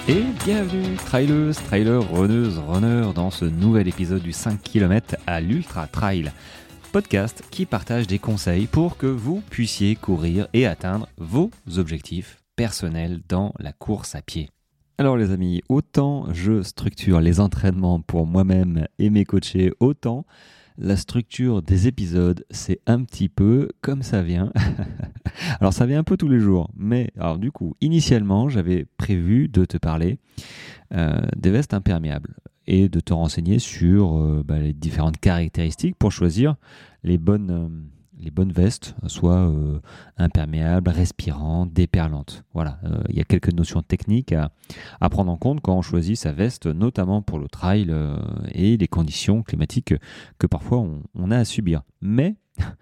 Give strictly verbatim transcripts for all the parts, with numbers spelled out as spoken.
Et bienvenue trailers, trailers, runneuses, runners dans ce nouvel épisode du cinq kilomètres à l'Ultra Trail, podcast qui partage des conseils pour que vous puissiez courir et atteindre vos objectifs personnels dans la course à pied. Alors les amis, autant je structure les entraînements pour moi-même et mes coachés, autant la structure des épisodes, c'est un petit peu comme ça vient. Alors ça vient un peu tous les jours, mais alors du coup, initialement, j'avais prévu de te parler euh, des vestes imperméables et de te renseigner sur euh, bah, les différentes caractéristiques pour choisir les bonnes, euh, les bonnes vestes, soit euh, imperméables, respirantes, déperlantes. Voilà, euh, il y a quelques notions techniques à, à prendre en compte quand on choisit sa veste, notamment pour le trail euh, et les conditions climatiques que, que parfois on, on a à subir. Mais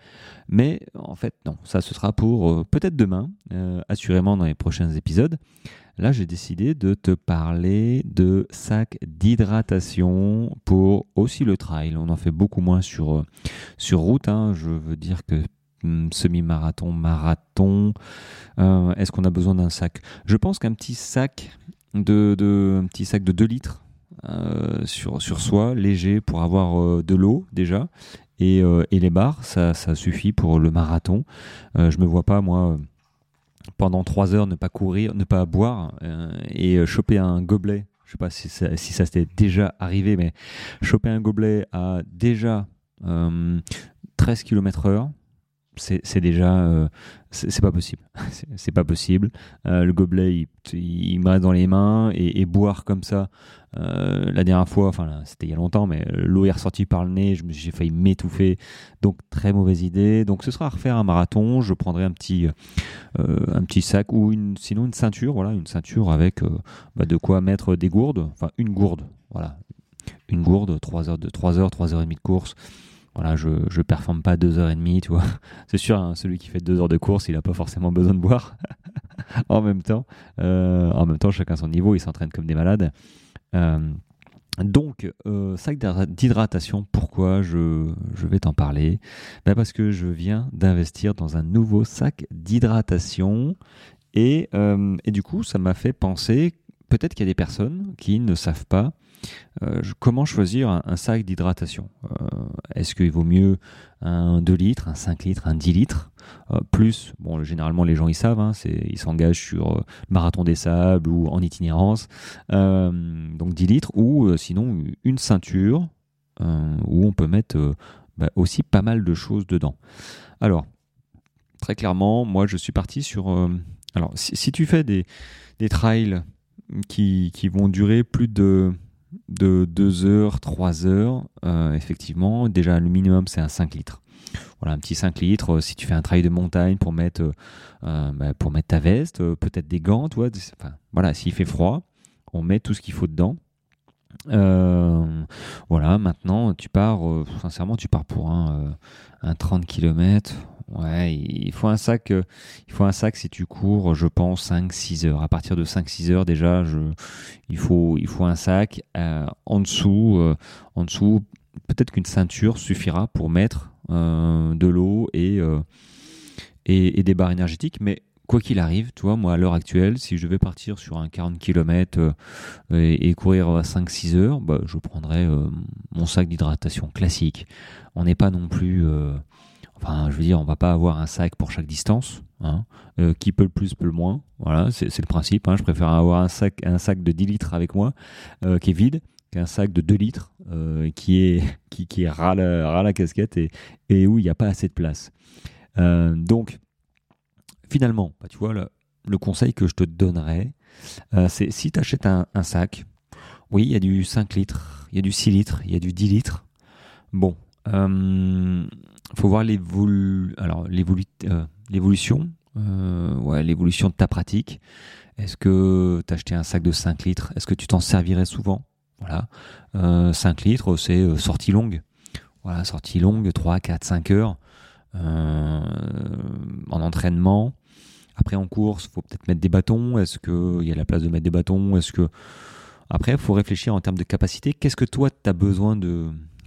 Mais en fait, non, ça ce sera pour euh, peut-être demain, euh, assurément dans les prochains épisodes. Là, j'ai décidé de te parler de sacs d'hydratation pour aussi le trail. On en fait beaucoup moins sur, euh, sur route. Hein. Je veux dire que hum, semi-marathon, marathon, euh, est-ce qu'on a besoin d'un sac ? Je pense qu'un petit sac de, de, un petit sac de deux litres euh, sur, sur soi, léger, pour avoir euh, de l'eau déjà. Et, euh, et les barres, ça, ça suffit pour le marathon. Euh, je me vois pas, moi, pendant trois heures, ne pas courir, ne pas boire euh, et choper un gobelet. Je sais pas si ça, si ça s'était déjà arrivé, mais choper un gobelet à déjà euh, treize kilomètres heure, c'est, c'est déjà... Euh, c'est, c'est pas possible. c'est, c'est pas possible. Euh, le gobelet, il, il me reste dans les mains et, et boire comme ça... Euh, la dernière fois, enfin là, c'était il y a longtemps, mais l'eau est ressortie par le nez, je me, j'ai failli m'étouffer, donc très mauvaise idée. Donc ce sera à refaire un marathon, je prendrai un petit, euh, un petit sac ou une, sinon une ceinture, voilà, une ceinture avec euh, bah, de quoi mettre des gourdes, enfin une gourde, voilà, une gourde, trois heures de trois heures, trois heures et demie de course. Voilà, je je performe pas deux heures et demie, tu vois. C'est sûr, hein, celui qui fait deux heures de course, il a pas forcément besoin de boire. en même temps, euh, en même temps, chacun son niveau, il s'entraîne comme des malades. Euh, donc, euh, sac d'hydratation, pourquoi je, je vais t'en parler ? Ben parce que je viens d'investir dans un nouveau sac d'hydratation et, euh, et du coup, ça m'a fait penser, peut-être qu'il y a des personnes qui ne savent pas euh, comment choisir un, un sac d'hydratation. Euh, est-ce qu'il vaut mieux un deux litres, un cinq litres, un dix litres euh, plus, bon, généralement les gens ils savent, hein, c'est, ils s'engagent sur euh, le marathon des sables ou en itinérance, euh, donc dix litres, ou euh, sinon une ceinture euh, où on peut mettre euh, bah, aussi pas mal de choses dedans. Alors, très clairement, moi je suis parti sur... Euh, alors, si, si tu fais des, des trails qui, qui vont durer plus de... de deux heures, trois heures, euh, effectivement, déjà le minimum c'est un cinq litres. Voilà, un petit cinq litres, si tu fais un trail de montagne pour mettre, euh, bah, pour mettre ta veste, euh, peut-être des gants, tu vois, enfin, voilà, s'il fait froid, on met tout ce qu'il faut dedans. Euh, voilà, maintenant tu pars, euh, sincèrement tu pars pour un, euh, un trente kilomètres. Ouais, il faut un sac, euh, il faut un sac si tu cours, je pense, cinq six heures. À partir de cinq six heures déjà, je, il, faut, il faut un sac. Euh, en dessous, euh, en dessous, peut-être qu'une ceinture suffira pour mettre euh, de l'eau et, euh, et, et des barres énergétiques. Mais quoi qu'il arrive, tu vois, moi à l'heure actuelle, si je devais partir sur un quarante kilomètres euh, et, et courir à cinq six heures, bah, je prendrais euh, mon sac d'hydratation classique. On n'est pas non plus... Euh, Enfin, je veux dire, on va pas avoir un sac pour chaque distance. Hein. Euh, qui peut le plus, peut le moins. Voilà, c'est, c'est le principe. Hein. Je préfère avoir un sac, un sac de dix litres avec moi, euh, qui est vide, qu'un sac de deux litres, euh, qui est, qui, qui est ras la, ras la casquette et, et où il n'y a pas assez de place. Euh, donc, finalement, bah, tu vois, le, le conseil que je te donnerais, euh, c'est si tu achètes un, un sac, oui, il y a du cinq litres, il y a du six litres, il y a du dix litres. Bon, euh, faut voir l'évolu- alors, l'évolu- euh, l'évolution, euh, ouais, l'évolution de ta pratique. Est-ce que tu as acheté un sac de cinq litres ? Est-ce que tu t'en servirais souvent ? Voilà. Euh, cinq litres, c'est euh, sortie longue. Voilà, sortie longue, trois, quatre, cinq heures euh, en entraînement. Après, en course, il faut peut-être mettre des bâtons. Est-ce qu'il y a la place de mettre des bâtons ? Est-ce que... Après, il faut réfléchir en termes de capacité. Qu'est-ce que toi, tu as besoin de...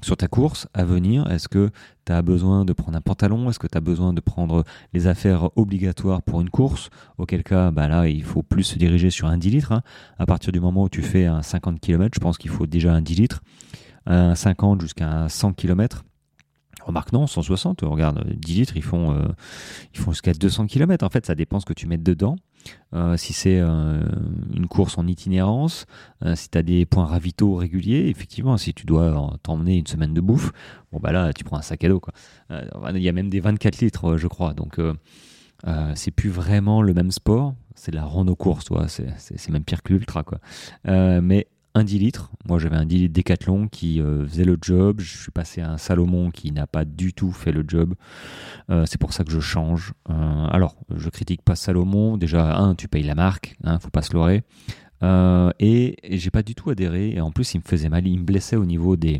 sur ta course à venir. Est-ce que tu as besoin de prendre un pantalon? Est-ce que tu as besoin de prendre les affaires obligatoires pour une course? Auquel cas, bah là, il faut plus se diriger sur un dix litres. Hein. À partir du moment où tu fais un cinquante kilomètres, je pense qu'il faut déjà un dix litres. Un cinquante jusqu'à un cent kilomètres. Remarque non, cent soixante, regarde, dix litres, ils font, euh, ils font jusqu'à deux cents kilomètres. En fait, ça dépend ce que tu mets dedans. Euh, si c'est euh, une course en itinérance, euh, si tu as des points ravitaux réguliers, effectivement, si tu dois t'emmener une semaine de bouffe, bon bah là, tu prends un sac à dos, quoi. Euh, il y a même des vingt-quatre litres, je crois. Donc, euh, euh, c'est plus vraiment le même sport. C'est de la rando-course, toi. C'est, c'est, c'est même pire que l'ultra, quoi. Euh, mais un dix litres. Moi, j'avais un dix litres Décathlon qui euh, faisait le job. Je suis passé à un Salomon qui n'a pas du tout fait le job. Euh, c'est pour ça que je change. Euh, alors, je critique pas Salomon. Déjà, un, tu payes la marque, hein, faut pas se leurrer. Euh, et, et j'ai pas du tout adhéré. Et en plus, il me faisait mal. Il me blessait au niveau des,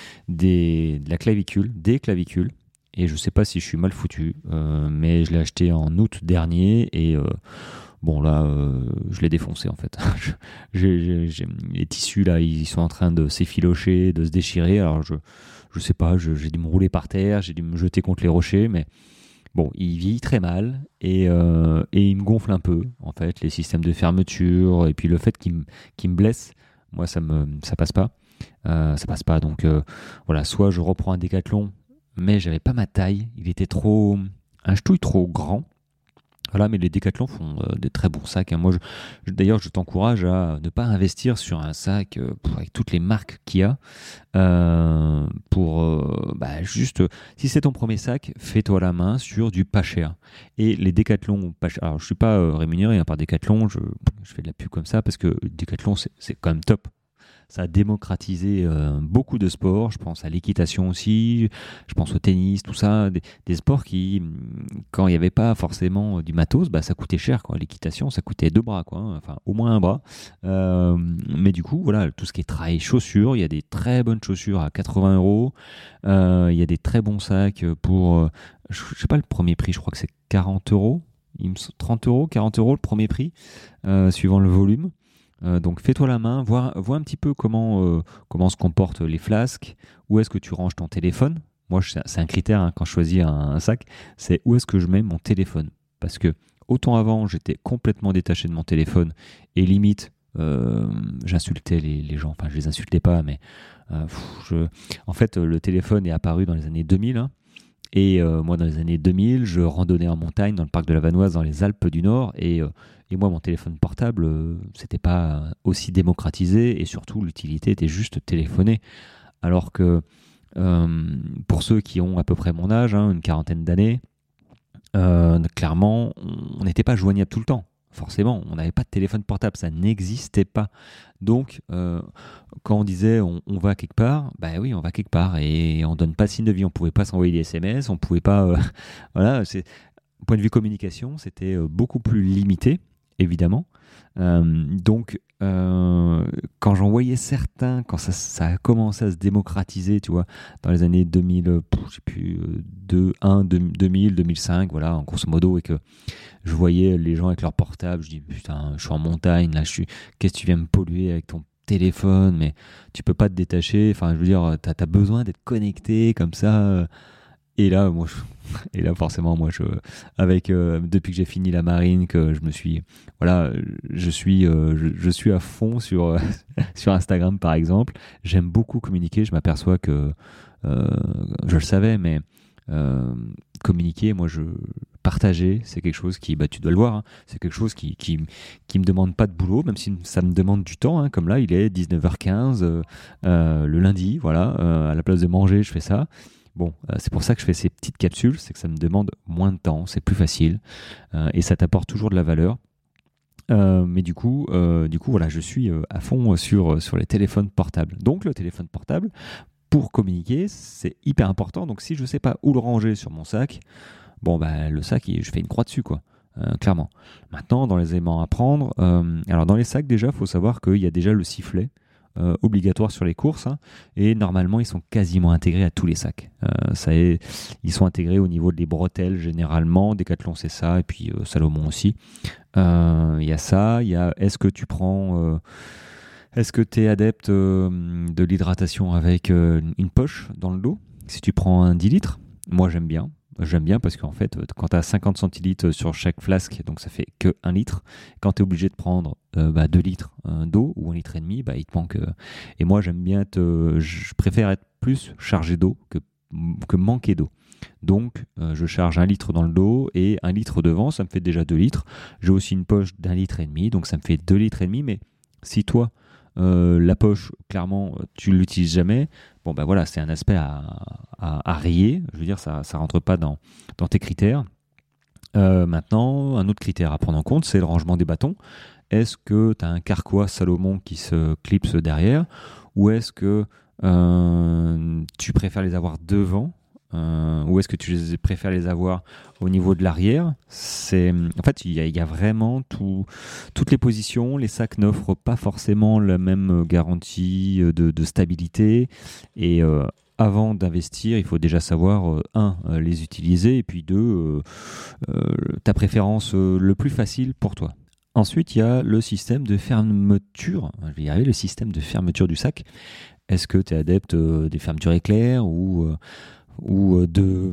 des, de la clavicule, des clavicules. Et je sais pas si je suis mal foutu, euh, mais je l'ai acheté en août dernier et euh, bon là, euh, je l'ai défoncé en fait. j'ai, j'ai, j'ai, les tissus là, ils sont en train de s'effilocher, de se déchirer. Alors je, je sais pas, je, j'ai dû me rouler par terre, j'ai dû me jeter contre les rochers, mais bon, il vieillit très mal et, euh, et il me gonfle un peu en fait, les systèmes de fermeture et puis le fait qu'il me, qu'il me blesse, moi ça me, ça passe pas, euh, ça passe pas. Donc euh, voilà, soit je reprends un Décathlon, mais j'avais pas ma taille, il était trop, un ch'touille trop grand. Voilà, mais les Décathlons font euh, de très bons sacs. Hein. Moi, je, je, d'ailleurs, je t'encourage à ne pas investir sur un sac euh, pour, avec toutes les marques qu'il y a. Euh, pour euh, bah, juste, si c'est ton premier sac, fais-toi la main sur du pas cher. Et les Décathlons, pas cher. Alors, je suis pas euh, rémunéré hein, par Décathlon. Je, je fais de la pub comme ça parce que Décathlon, c'est, c'est quand même top. Ça a démocratisé euh, beaucoup de sports. Je pense à l'équitation aussi, je pense au tennis, tout ça. Des, des sports qui, quand il n'y avait pas forcément du matos, bah, ça coûtait cher. Quoi. L'équitation, ça coûtait deux bras, quoi, hein. Enfin au moins un bras. Euh, mais du coup, voilà, tout ce qui est trail, chaussures, il y a des très bonnes chaussures à quatre-vingts euros. Euh, il y a des très bons sacs pour, euh, je ne sais pas le premier prix, je crois que c'est quarante euros. trente euros, quarante euros le premier prix, euh, suivant le volume. Euh, donc fais-toi la main, vois, vois un petit peu comment, euh, comment se comportent les flasques, où est-ce que tu ranges ton téléphone. Moi, je, c'est un critère hein, quand je choisis un, un sac, c'est où est-ce que je mets mon téléphone. Parce que autant avant, j'étais complètement détaché de mon téléphone et limite, euh, j'insultais les, les gens. Enfin, je les insultais pas, mais euh, pff, je... en fait, le téléphone est apparu dans les années deux mille. Hein, et euh, moi, dans les années deux mille, je randonnais en montagne dans le parc de la Vanoise, dans les Alpes du Nord, et euh, Et moi, mon téléphone portable, euh, c'était pas aussi démocratisé et surtout, l'utilité était juste téléphoner. Alors que euh, pour ceux qui ont à peu près mon âge, hein, une quarantaine d'années, euh, clairement, on n'était pas joignable tout le temps. Forcément, on n'avait pas de téléphone portable, ça n'existait pas. Donc, euh, quand on disait on, on va quelque part, bah oui, on va quelque part et on donne pas signe de vie. On pouvait pas s'envoyer des S M S, on pouvait pas. Euh, voilà, c'est. Point de vue communication, c'était beaucoup plus limité, évidemment. Euh, donc, euh, quand j'en voyais certains, quand ça, ça a commencé à se démocratiser, tu vois, dans les années deux mille, pff, je sais plus, deux, un, deux mille, deux mille cinq, voilà, en grosso modo, et que je voyais les gens avec leur portable, je dis, putain, je suis en montagne, là, je suis, qu'est-ce que tu viens me polluer avec ton téléphone, mais tu peux pas te détacher, enfin, je veux dire, t'as, t'as besoin d'être connecté comme ça. Et là, moi, je, et là, forcément, moi, je, avec euh, depuis que j'ai fini la marine, que je me suis, voilà, je suis, euh, je, je suis à fond sur euh, sur Instagram, par exemple. J'aime beaucoup communiquer. Je m'aperçois que euh, je le savais, mais euh, communiquer, moi, je partager, c'est quelque chose qui, bah, tu dois le voir, hein, c'est quelque chose qui qui qui me demande pas de boulot, même si ça me demande du temps. Hein, comme là, il est dix-neuf heures quinze euh, euh, le lundi, voilà, euh, à la place de manger, je fais ça. Bon, euh, c'est pour ça que je fais ces petites capsules, c'est que ça me demande moins de temps, c'est plus facile euh, et ça t'apporte toujours de la valeur. Euh, mais du coup, euh, du coup, voilà, je suis euh, à fond sur sur les téléphones portables. Donc le téléphone portable pour communiquer, c'est hyper important. Donc si je sais pas où le ranger sur mon sac, bon bah le sac, je fais une croix dessus quoi. Euh, clairement. Maintenant, dans les éléments à prendre, euh, alors dans les sacs déjà, faut savoir qu'il y a déjà le sifflet. Euh, obligatoire sur les courses hein, et normalement ils sont quasiment intégrés à tous les sacs. Euh, ça est, ils sont intégrés au niveau des bretelles généralement. Décathlon c'est ça et puis euh, Salomon aussi. Il euh, y a ça. Il y a est-ce que tu prends euh, Est-ce que tu es adepte euh, de l'hydratation avec euh, une poche dans le dos? Si tu prends un dix litres, moi j'aime bien. J'aime bien parce qu'en fait, quand tu as cinquante centilitres sur chaque flasque, donc ça fait que un litre. Quand tu es obligé de prendre euh, bah, deux litres euh, d'eau ou un litre et demi, bah, il te manque. Euh, et moi, j'aime bien être. Euh, je préfère être plus chargé d'eau que, que manquer d'eau. Donc, euh, je charge un litre dans le dos et un litre devant, ça me fait déjà deux litres. J'ai aussi une poche d'un litre et demi, donc ça me fait deux litres et demi. Mais si toi, euh, la poche, clairement, tu ne l'utilises jamais, bon ben voilà, c'est un aspect à, à, à rayer. Je veux dire, ça ne rentre pas dans, dans tes critères. Euh, maintenant, un autre critère à prendre en compte, c'est le rangement des bâtons. Est-ce que tu as un carquois Salomon qui se clipse derrière, ou est-ce que euh, tu préfères les avoir devant, euh, ou est-ce que tu les, préfères les avoir au niveau de l'arrière? C'est, en fait, il y, y a vraiment tout, toutes les positions. Les sacs n'offrent pas forcément la même garantie de, de stabilité. Et euh, avant d'investir, il faut déjà savoir, euh, un, euh, les utiliser, et puis deux, euh, euh, ta préférence euh, le plus facile pour toi. Ensuite, il y a le système de fermeture. Je vais y arriver, le système de fermeture du sac. Est-ce que tu es adepte euh, des fermetures éclairs ou, euh, ou de,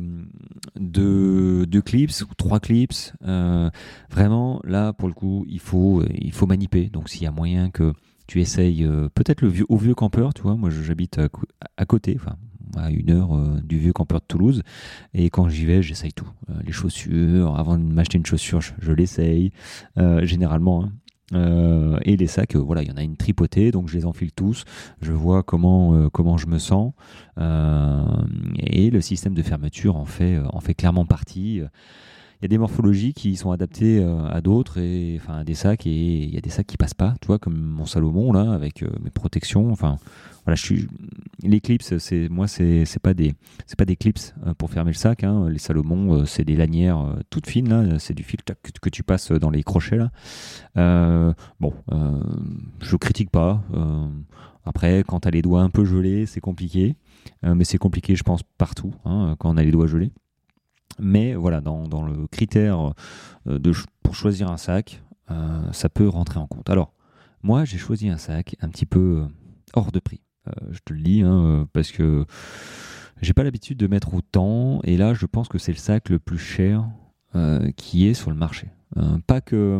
de, de clips ou trois clips? euh, Vraiment, là, pour le coup, il faut, il faut maniper. Donc, s'il y a moyen que tu essayes, euh, peut-être le vieux, au vieux campeur, tu vois, moi j'habite à, à côté, enfin à une heure euh, du vieux campeur de Toulouse, et quand j'y vais, j'essaye tout. Euh, les chaussures, avant de m'acheter une chaussure, je, je l'essaye, euh, généralement. Hein. Euh, et les sacs, euh, voilà, il y en a une tripotée, donc je les enfile tous, je vois comment, euh, comment je me sens, euh, et le système de fermeture en fait, en fait clairement partie. Il y a des morphologies qui sont adaptées euh, à d'autres, et enfin à des sacs, et il y a des sacs qui passent pas, tu vois, comme mon Salomon là, avec euh, mes protections. Enfin, voilà, je suis. Les clips, c'est moi, c'est c'est pas des, c'est pas des clips euh, pour fermer le sac. Hein. Les Salomon, euh, c'est des lanières euh, toutes fines là, c'est du fil que, que tu passes dans les crochets là. Euh, bon, euh, je critique pas. Euh, après, quand t'as les doigts un peu gelés, c'est compliqué, euh, mais c'est compliqué, je pense, partout hein, quand on a les doigts gelés. Mais voilà, dans, dans le critère de, pour choisir un sac, euh, ça peut rentrer en compte. Alors, moi, j'ai choisi un sac un petit peu hors de prix. Euh, je te le dis, hein, parce que j'ai pas l'habitude de mettre autant. Et là, je pense que c'est le sac le plus cher euh, qui est sur le marché. Euh, pas que...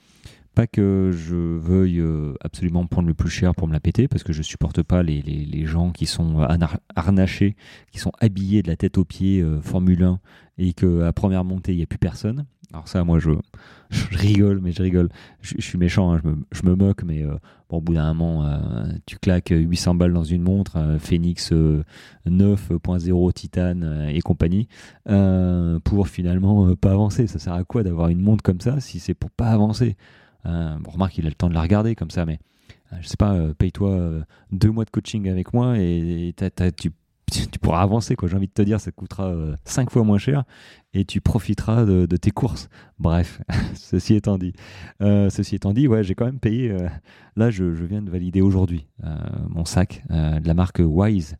Pas que je veuille euh, absolument prendre le plus cher pour me la péter, parce que je supporte pas les, les, les gens qui sont harnachés, qui sont habillés de la tête aux pieds euh, Formule un, et qu'à première montée, il n'y a plus personne. Alors ça, moi, je, je rigole, mais je rigole. Je, je suis méchant, hein, je, me, je me moque, mais euh, bon, au bout d'un moment, euh, tu claques huit cents balles dans une montre, euh, Phoenix euh, neuf point zéro Titane euh, et compagnie, euh, pour finalement euh, pas avancer. Ça sert à quoi d'avoir une montre comme ça si c'est pour pas avancer? Euh, bon, remarque, il a le temps de la regarder comme ça, mais euh, je sais pas, euh, paye-toi euh, deux mois de coaching avec moi et, et t'as, t'as, tu, tu pourras avancer, quoi. J'ai envie de te dire, ça te coûtera euh, cinq fois moins cher et tu profiteras de, de tes courses. Bref, ceci étant dit, euh, ceci étant dit, ouais, j'ai quand même payé. Euh, là, je, je viens de valider aujourd'hui euh, mon sac euh, de la marque Wise,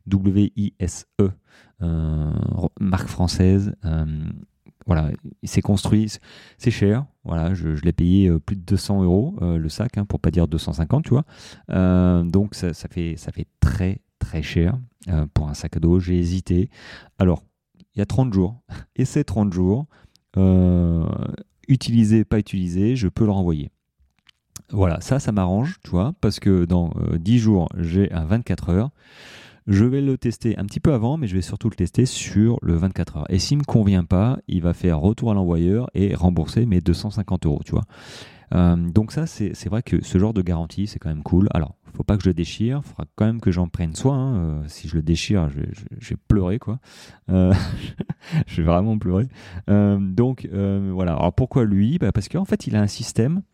W I S E, euh, marque française. Euh, Voilà, il s'est construit, c'est cher. Voilà, je, je l'ai payé euh, plus de deux cents euros euh, le sac, hein, pour pas dire deux cent cinquante, tu vois. Euh, donc ça, ça fait ça fait très très cher euh, pour un sac à dos. J'ai hésité. Alors, il y a trente jours, et ces trente jours, euh, utilisé, pas utilisé, je peux le renvoyer. Voilà, ça, ça m'arrange, tu vois, parce que dans euh, dix jours, j'ai un vingt-quatre heures. Je vais le tester un petit peu avant, mais je vais surtout le tester sur le vingt-quatre heures. Et s'il ne me convient pas, il va faire retour à l'envoyeur et rembourser mes deux cent cinquante euros, tu vois. Euh, donc ça, c'est, c'est vrai que ce genre de garantie, c'est quand même cool. Alors, il ne faut pas que je le déchire, il faudra quand même que j'en prenne soin. Hein. Euh, si je le déchire, je, je, je vais pleurer, quoi. Euh, je vais vraiment pleurer. Euh, donc, euh, voilà. Alors, pourquoi lui? Bah, parce qu'en fait, il a un système.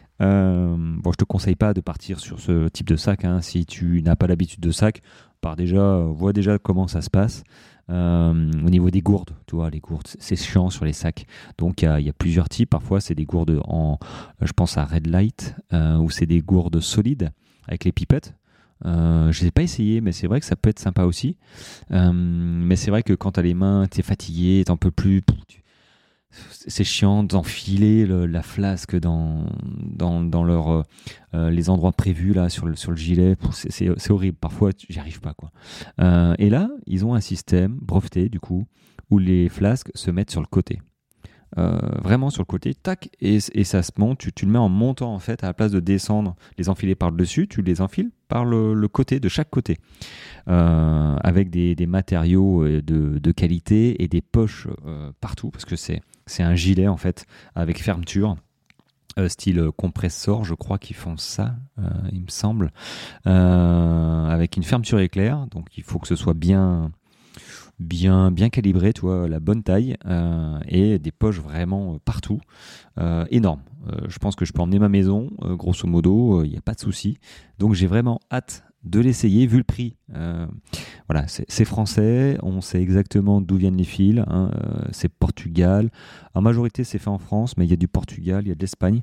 Euh, bon, je te conseille pas de partir sur ce type de sac, hein. Si tu n'as pas l'habitude de sac, pars déjà, euh, vois déjà comment ça se passe. Euh, au niveau des gourdes, tu vois, les gourdes, c'est chiant sur les sacs. Donc il y, y a plusieurs types. Parfois, c'est des gourdes en, je pense à Red Light, euh, ou c'est des gourdes solides avec les pipettes. Euh, je ne l'ai pas essayé, mais c'est vrai que ça peut être sympa aussi. Euh, mais c'est vrai que quand tu as les mains, tu es fatigué, tu n'en peux plus. Tu... c'est chiant d'enfiler le, la flasque dans, dans, dans leur, euh, les endroits prévus là, sur, le, sur le gilet. C'est, c'est, c'est horrible. Parfois, j'y arrive pas, quoi. Euh, et là, ils ont un système breveté, du coup, où les flasques se mettent sur le côté. Euh, vraiment sur le côté, tac, et, et ça se monte. Tu, tu le mets en montant, en fait, à la place de descendre, les enfiler par le dessus, tu les enfiles par le, le côté, de chaque côté. Euh, avec des, des matériaux de, de qualité et des poches euh, partout, parce que c'est, c'est un gilet, en fait, avec fermeture. Euh, style compressor, je crois qu'ils font ça, euh, il me semble, euh, avec une fermeture éclair, donc il faut que ce soit bien, bien, bien calibré, tu vois, la bonne taille, euh, et des poches vraiment partout, euh, énormes. Euh, je pense que je peux emmener ma maison, euh, grosso modo, il n'y a pas de souci. Donc j'ai vraiment hâte de l'essayer, vu le prix. Euh, voilà, c'est, c'est français, on sait exactement d'où viennent les fils, hein, euh, c'est Portugal. En majorité, c'est fait en France, mais il y a du Portugal, il y a de l'Espagne.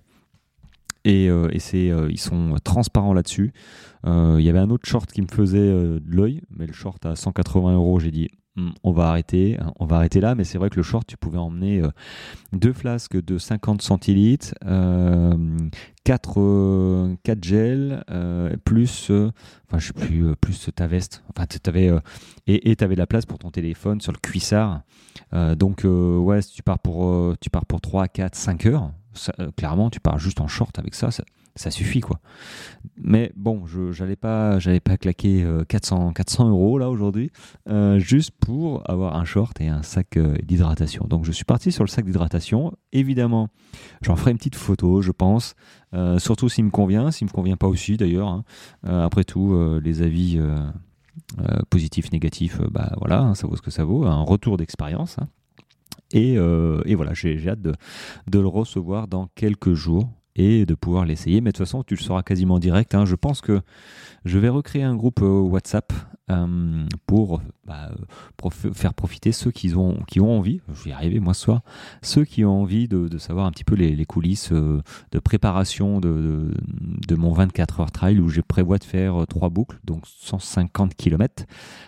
Et, euh, et c'est, euh, ils sont transparents là-dessus. Euh, il y avait un autre short qui me faisait euh, de l'œil, mais le short à cent quatre-vingts euros, j'ai dit, hm, on va arrêter, on va arrêter là. Mais c'est vrai que le short, tu pouvais emmener euh, deux flasques de cinquante centilitres, euh, quatre, euh, quatre gels, euh, plus, euh, enfin je sais plus, euh, plus ta veste. Enfin, t'avais, euh, et et t'avais de la place pour ton téléphone sur le cuissard. Euh, donc euh, ouais, si tu pars pour, euh, tu pars pour trois, quatre, cinq heures. Ça, euh, clairement, tu pars juste en short avec ça, ça, ça suffit, quoi. Mais bon, je j'allais pas, j'allais pas claquer euh, quatre cents, quatre cents euros là aujourd'hui, euh, juste pour avoir un short et un sac euh, d'hydratation. Donc je suis parti sur le sac d'hydratation. Évidemment, j'en ferai une petite photo, je pense, euh, surtout s'il me convient, s'il me convient pas aussi d'ailleurs. Hein. Euh, après tout, euh, les avis euh, euh, positifs, négatifs, euh, bah voilà, hein, ça vaut ce que ça vaut, un retour d'expérience. Hein. Et, euh, et voilà, j'ai, j'ai hâte de, de le recevoir dans quelques jours et de pouvoir l'essayer. Mais de toute façon, tu le sauras quasiment direct. Hein. Je pense que je vais recréer un groupe euh, WhatsApp euh, pour, bah, pour f- faire profiter ceux qui ont, qui ont envie, je vais y arriver moi ce soir, ceux qui ont envie de, de savoir un petit peu les, les coulisses euh, de préparation de, de, de mon vingt-quatre heures trail où je prévois de faire euh, trois boucles, donc cent cinquante kilomètres.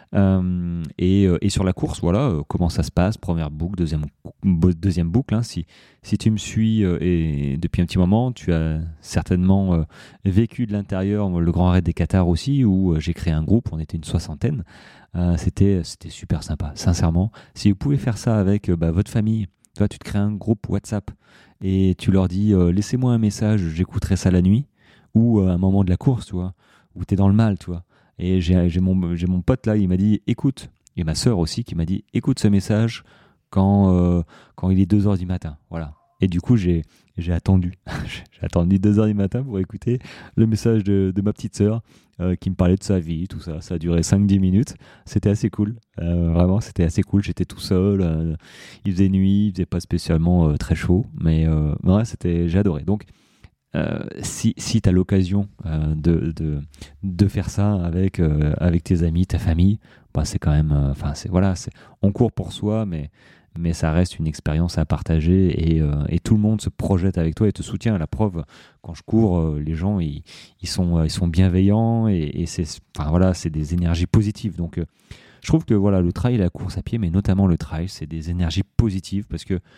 Euh, et, et sur la course, voilà, euh, comment ça se passe, première boucle, deuxième, deuxième boucle. Hein, si, si tu me suis euh, et depuis un petit moment, tu as certainement euh, vécu de l'intérieur le Grand Raid des Qatars aussi, où euh, j'ai créé un groupe, on était une soixantaine. Euh, c'était, c'était super sympa, sincèrement. Si vous pouvez faire ça avec euh, bah, votre famille, tu vois, tu te crées un groupe WhatsApp et tu leur dis euh, laissez-moi un message, j'écouterai ça la nuit, ou euh, à un moment de la course, tu vois, où tu es dans le mal, tu vois. Et j'ai, j'ai, mon, j'ai mon pote là, il m'a dit écoute, et ma sœur aussi qui m'a dit écoute ce message quand, euh, quand il est deux heures du matin. Voilà. Et du coup, j'ai, j'ai attendu. j'ai attendu deux heures du matin pour écouter le message de, de ma petite sœur euh, qui me parlait de sa vie, tout ça. Ça a duré cinq dix minutes. C'était assez cool. Euh, vraiment, c'était assez cool. J'étais tout seul. Euh, il faisait nuit, il faisait pas spécialement euh, très chaud. Mais euh, ouais, c'était, j'ai adoré. Donc, Euh, si, si tu as l'occasion euh, de, de, de faire ça avec, euh, avec tes amis, ta famille, bah c'est quand même. Enfin, euh, c'est, voilà, c'est, on court pour soi, mais, mais ça reste une expérience à partager et, euh, et tout le monde se projette avec toi et te soutient. À la preuve, quand je cours, euh, les gens ils, ils, sont, ils sont bienveillants et, et c'est, enfin, voilà, c'est des énergies positives. Donc, euh, je trouve que voilà, le trail et la course à pied, mais notamment le trail, c'est des énergies positives parce que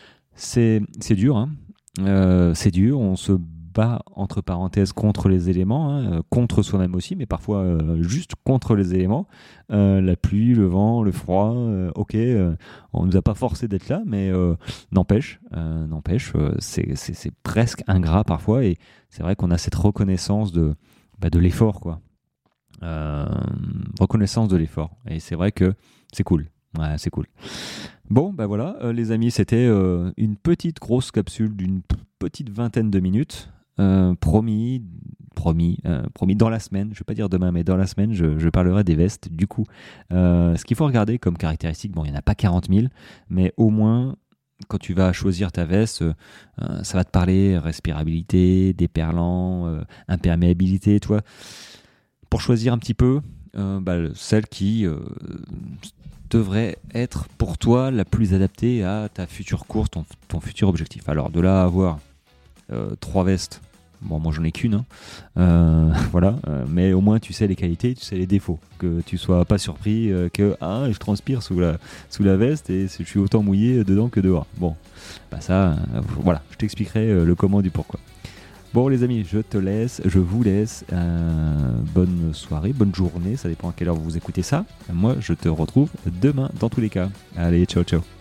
c'est, c'est dur, hein. Euh, c'est dur, on se bat entre parenthèses contre les éléments, hein, contre soi-même aussi, mais parfois euh, juste contre les éléments. Euh, la pluie, le vent, le froid, euh, ok, euh, on nous a pas forcé d'être là, mais euh, n'empêche, euh, n'empêche, euh, c'est, c'est, c'est presque ingrat parfois, et c'est vrai qu'on a cette reconnaissance de, bah, de l'effort, quoi. Euh, reconnaissance de l'effort, et c'est vrai que c'est cool. Ouais, c'est cool. Bon, ben voilà, euh, les amis, c'était euh, une petite grosse capsule d'une p- petite vingtaine de minutes. Euh, promis, promis, euh, promis, dans la semaine, je ne vais pas dire demain, mais dans la semaine, je, je parlerai des vestes. Du coup, euh, ce qu'il faut regarder comme caractéristique, bon, il n'y en a pas quarante mille, mais au moins, quand tu vas choisir ta veste, euh, ça va te parler respirabilité, déperlant, euh, imperméabilité, tu vois. Pour choisir un petit peu, euh, bah, celle qui... Euh, devrait être pour toi la plus adaptée à ta future course, ton, ton futur objectif. Alors de là à avoir euh, trois vestes Bon, moi j'en ai qu'une, hein. euh, voilà, euh, mais au moins tu sais les qualités, tu sais les défauts, que tu sois pas surpris euh, que ah, je transpire sous la, sous la veste et je suis autant mouillé dedans que dehors. Bon, bah ça, euh, voilà, je t'expliquerai euh, le comment du pourquoi. Bon les amis, je te laisse, je vous laisse. Euh, bonne soirée, bonne journée, ça dépend à quelle heure vous écoutez ça. Moi je te retrouve demain dans tous les cas. Allez, ciao ciao.